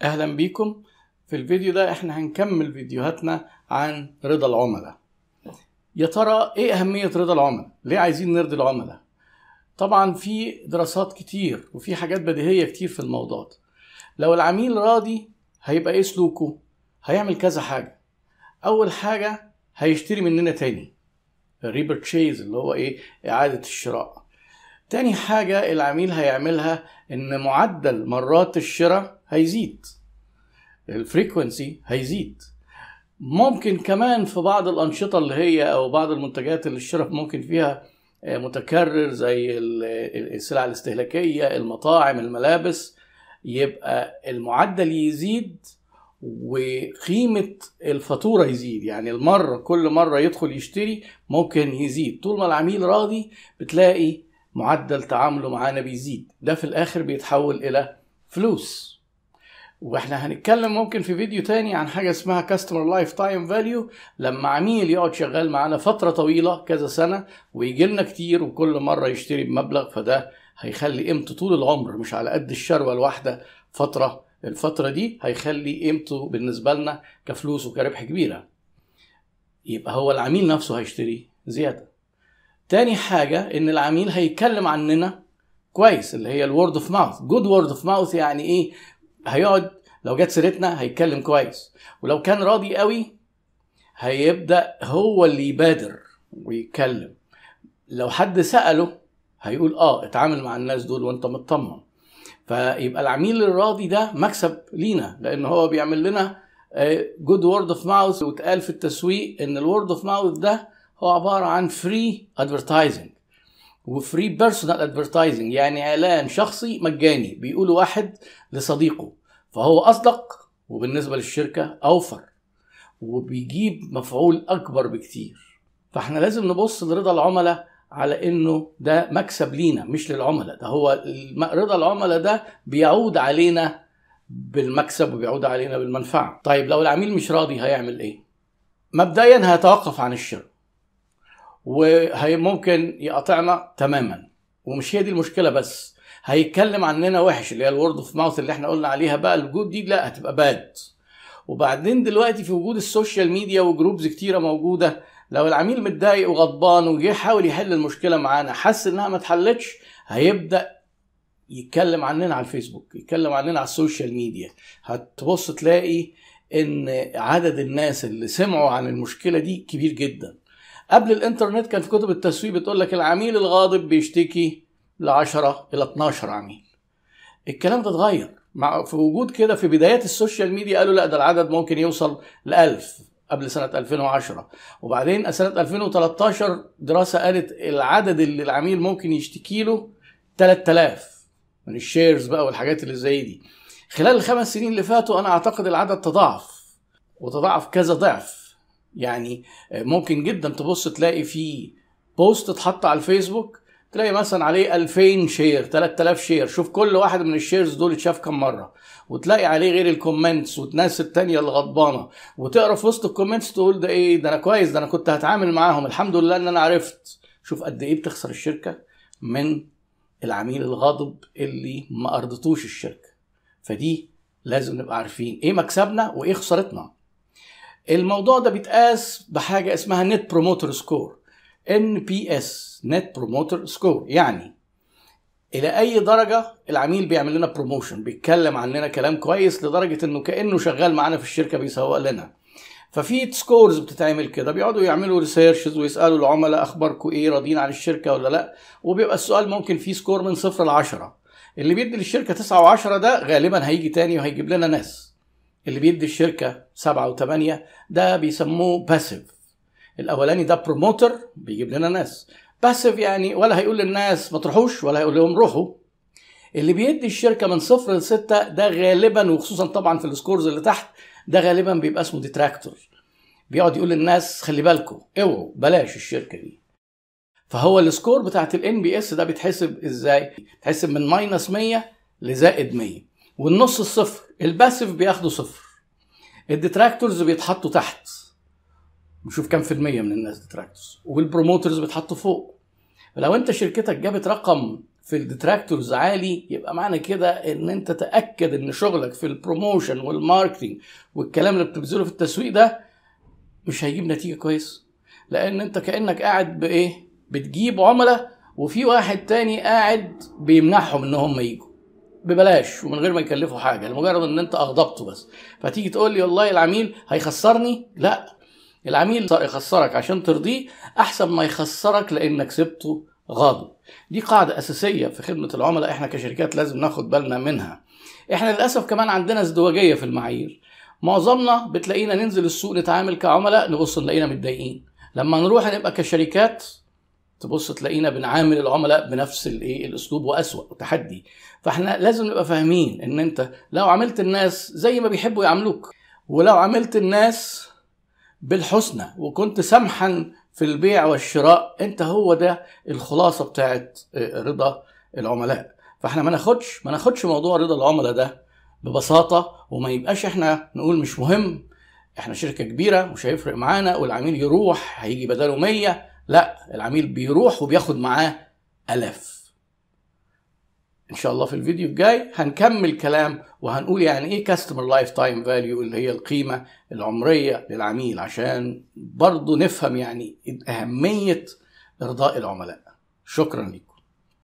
اهلا بيكم. في الفيديو ده احنا هنكمل فيديوهاتنا عن رضا العملاء. يا ترى ايه اهمية رضا العملاء؟ ليه عايزين نرضي العملاء؟ طبعا في دراسات كتير وفي حاجات بديهية كتير في الموضوع ده. لو العميل راضي هيبقى ايه سلوكه؟ هيعمل كذا حاجة. اول حاجة هيشتري مننا تاني، الريبرتشيز اللي هو ايه؟ اعادة الشراء. تاني حاجة العميل هيعملها ان معدل مرات الشراء هيزيد، الفريكونسي هيزيد. ممكن كمان في بعض الأنشطة اللي هي أو بعض المنتجات اللي الشراء ممكن فيها متكرر زي السلع الاستهلاكية، المطاعم، الملابس، يبقى المعدل يزيد وقيمة الفاتورة يزيد. يعني كل مرة يدخل يشتري ممكن يزيد. طول ما العميل راضي بتلاقي معدل تعامله معانا بيزيد. ده في الآخر بيتحول إلى فلوس. واحنا هنتكلم ممكن في فيديو تاني عن حاجة اسمها Customer Lifetime Value. لما عميل يقعد شغال معانا فترة طويلة كذا سنة ويجي لنا كتير وكل مرة يشتري بمبلغ، فده هيخلي قيمته طول العمر، مش على قد الشروة الواحدة الفترة دي هيخلي قيمته بالنسبة لنا كفلوس وكربح كبيرة. يبقى هو العميل نفسه هيشتري زيادة. تاني حاجة ان العميل هيتكلم عننا كويس، اللي هي الورد اوف ماوث. جود وورد اوف ماوث يعني ايه؟ هيقعد لو جت سيرتنا هيتكلم كويس، ولو كان راضي قوي هيبدأ هو اللي يبادر ويتكلم. لو حد سأله هيقول اتعامل مع الناس دول وانت مطمن. فيبقى العميل الراضي ده مكسب لينا، لان هو بيعمل لنا جود وورد اوف ماوث. واتقال في التسويق ان الورد اوف ماوث ده هو عبارة عن فري ادفرتايزنج وفري بيرسونال ادفرتايزنج، يعني اعلان شخصي مجاني بيقوله واحد لصديقه، فهو اصدق وبالنسبه للشركه اوفر وبيجيب مفعول اكبر بكتير. فاحنا لازم نبص لرضا العملاء على انه ده مكسب لينا مش للعملاء. ده هو رضا العملاء ده بيعود علينا بالمكسب وبيعود علينا بالمنفعه. طيب لو العميل مش راضي هيعمل ايه؟ مبدئيا هيتوقف عن الشراء وممكن يقطعنا تماما. ومش هي دي المشكله بس، هيتكلم عننا وحش، اللي هي الورد اوف ماوث اللي احنا قلنا عليها بقى. الجود دي لا، هتبقى باد. وبعدين دلوقتي في وجود السوشيال ميديا وجروبز كتيره موجوده، لو العميل متضايق وغضبان وجه يحاول يحل المشكله معانا حس انها ما اتحلتش، هيبدا يتكلم عننا على الفيسبوك، يتكلم عننا على السوشيال ميديا. هتبص تلاقي ان عدد الناس اللي سمعوا عن المشكله دي كبير جدا. قبل الانترنت كان في كتب التسويق بتقول لك العميل الغاضب بيشتكي ل10 إلى 12 عميل. الكلام ده اتغير في وجود كده في بدايات السوشيال ميديا. قالوا لا، ده العدد ممكن يوصل ل1000 قبل سنة 2010. وبعدين سنة 2013 دراسة قالت العدد اللي العميل ممكن يشتكي له 3000 من الشيرز بقى والحاجات اللي زي دي. خلال ال5 سنين اللي فاتوا أنا أعتقد العدد تضاعف وتضاعف كذا ضعف. يعني ممكن جدا تبص تلاقي في بوست اتحط على الفيسبوك تلاقي مثلا عليه 2000 شير، 3000 شير. شوف كل واحد من الشيرز دول اتشاف كم مرة، وتلاقي عليه غير الكومنتس والناس التانية اللي غضبانة، وتقرا في وسط الكومنتس تقول ده ايه؟ ده انا كويس، ده انا كنت هتعامل معاهم، الحمد لله ان انا عرفت. شوف قد ايه بتخسر الشركة من العميل الغاضب اللي ما ارضتوش الشركة. فدي لازم نبقى عارفين ايه مكسبنا وايه خسارتنا. الموضوع ده بيتقاس بحاجة اسمها نت بروموتر سكور، NPS، نت بروموتر سكور. يعني إلى أي درجة العميل بيعمل لنا بروموشن، بيتكلم عننا كلام كويس لدرجة إنه كأنه شغال معانا في الشركة بيسوق لنا. ففي سكورز بتتعمل كده، بيقعدوا يعملوا ريسيرشز ويسألوا العملاء أخباركم إيه، راضيين عن الشركة ولا لأ. وبيبقى السؤال ممكن فيه سكور من 0 ل10. اللي بيدي للشركة 9 و10 ده غالبا هيجي تاني وهيجيب لنا ناس. اللي بيدي الشركة 7 و8 ده بيسموه باسيف. الأولاني ده بروموتر بيجيب لنا ناس. باسيف يعني ولا هيقول للناس ما تروحوش ولا هيقول لهم روحوا. اللي بيدي الشركة من 0 ل6 ده غالبا، وخصوصا طبعا في السكورز اللي تحت، ده غالبا بيبقى اسمه ديتراكتور. بيقعد يقول للناس خلي بالكم، اوعوا، بلاش الشركة دي. فهو السكور بتاعت NPS ده بيتحسب ازاي؟ بيتحسب من -100 لزائد 100، والنص الصفر. الباسيف بياخدوا 0، الديتراكتورز بيتحطوا تحت، نشوف كام في المية من الناس ديتراكتورز، والبروموترز بيتحطوا فوق. فلو انت شركتك جابت رقم في الديتراكتورز عالي، يبقى معنى كده ان انت تأكد ان شغلك في البروموشن والماركتينج والكلام اللي بتبذله في التسويق ده مش هيجيب نتيجة كويس. لان انت كأنك قاعد بايه، بتجيب عملاء وفي واحد تاني قاعد بيمنعهم ان هم يجوا ببلاش ومن غير ما يكلفوا حاجة، لمجرد ان انت اغضبته بس. فتيجي تقول لي والله العميل هيخسرني، لا، العميل يخسرك عشان ترضيه احسن ما يخسرك لانك سبته غاضب. دي قاعدة اساسية في خدمة العملاء، احنا كشركات لازم ناخد بالنا منها. احنا للأسف كمان عندنا ازدواجية في المعايير. معظمنا بتلاقينا ننزل السوق نتعامل كعملاء نبص نلاقينا متضايقين، لما نروح نبقى كشركات تبص تلاقينا بنعامل العملاء بنفس الاسلوب واسوأ وتحدي. فاحنا لازم نبقى فاهمين ان انت لو عملت الناس زي ما بيحبوا يعاملوك، ولو عملت الناس بالحسنى وكنت سمحا في البيع والشراء، انت هو ده الخلاصة بتاعت رضا العملاء. فاحنا ما ناخدش موضوع رضا العملاء ده ببساطة، وما يبقاش احنا نقول مش مهم، احنا شركة كبيرة مش هيفرق معانا، والعميل يروح هيجي بداله 100. لا، العميل بيروح وبياخد معاه 1000. ان شاء الله في الفيديو الجاي هنكمل كلام وهنقول يعني ايه كاستمر لايف تايم فاليو، اللي هي القيمة العمرية للعميل، عشان برضو نفهم يعني اهمية ارضاء العملاء. شكرا لكم.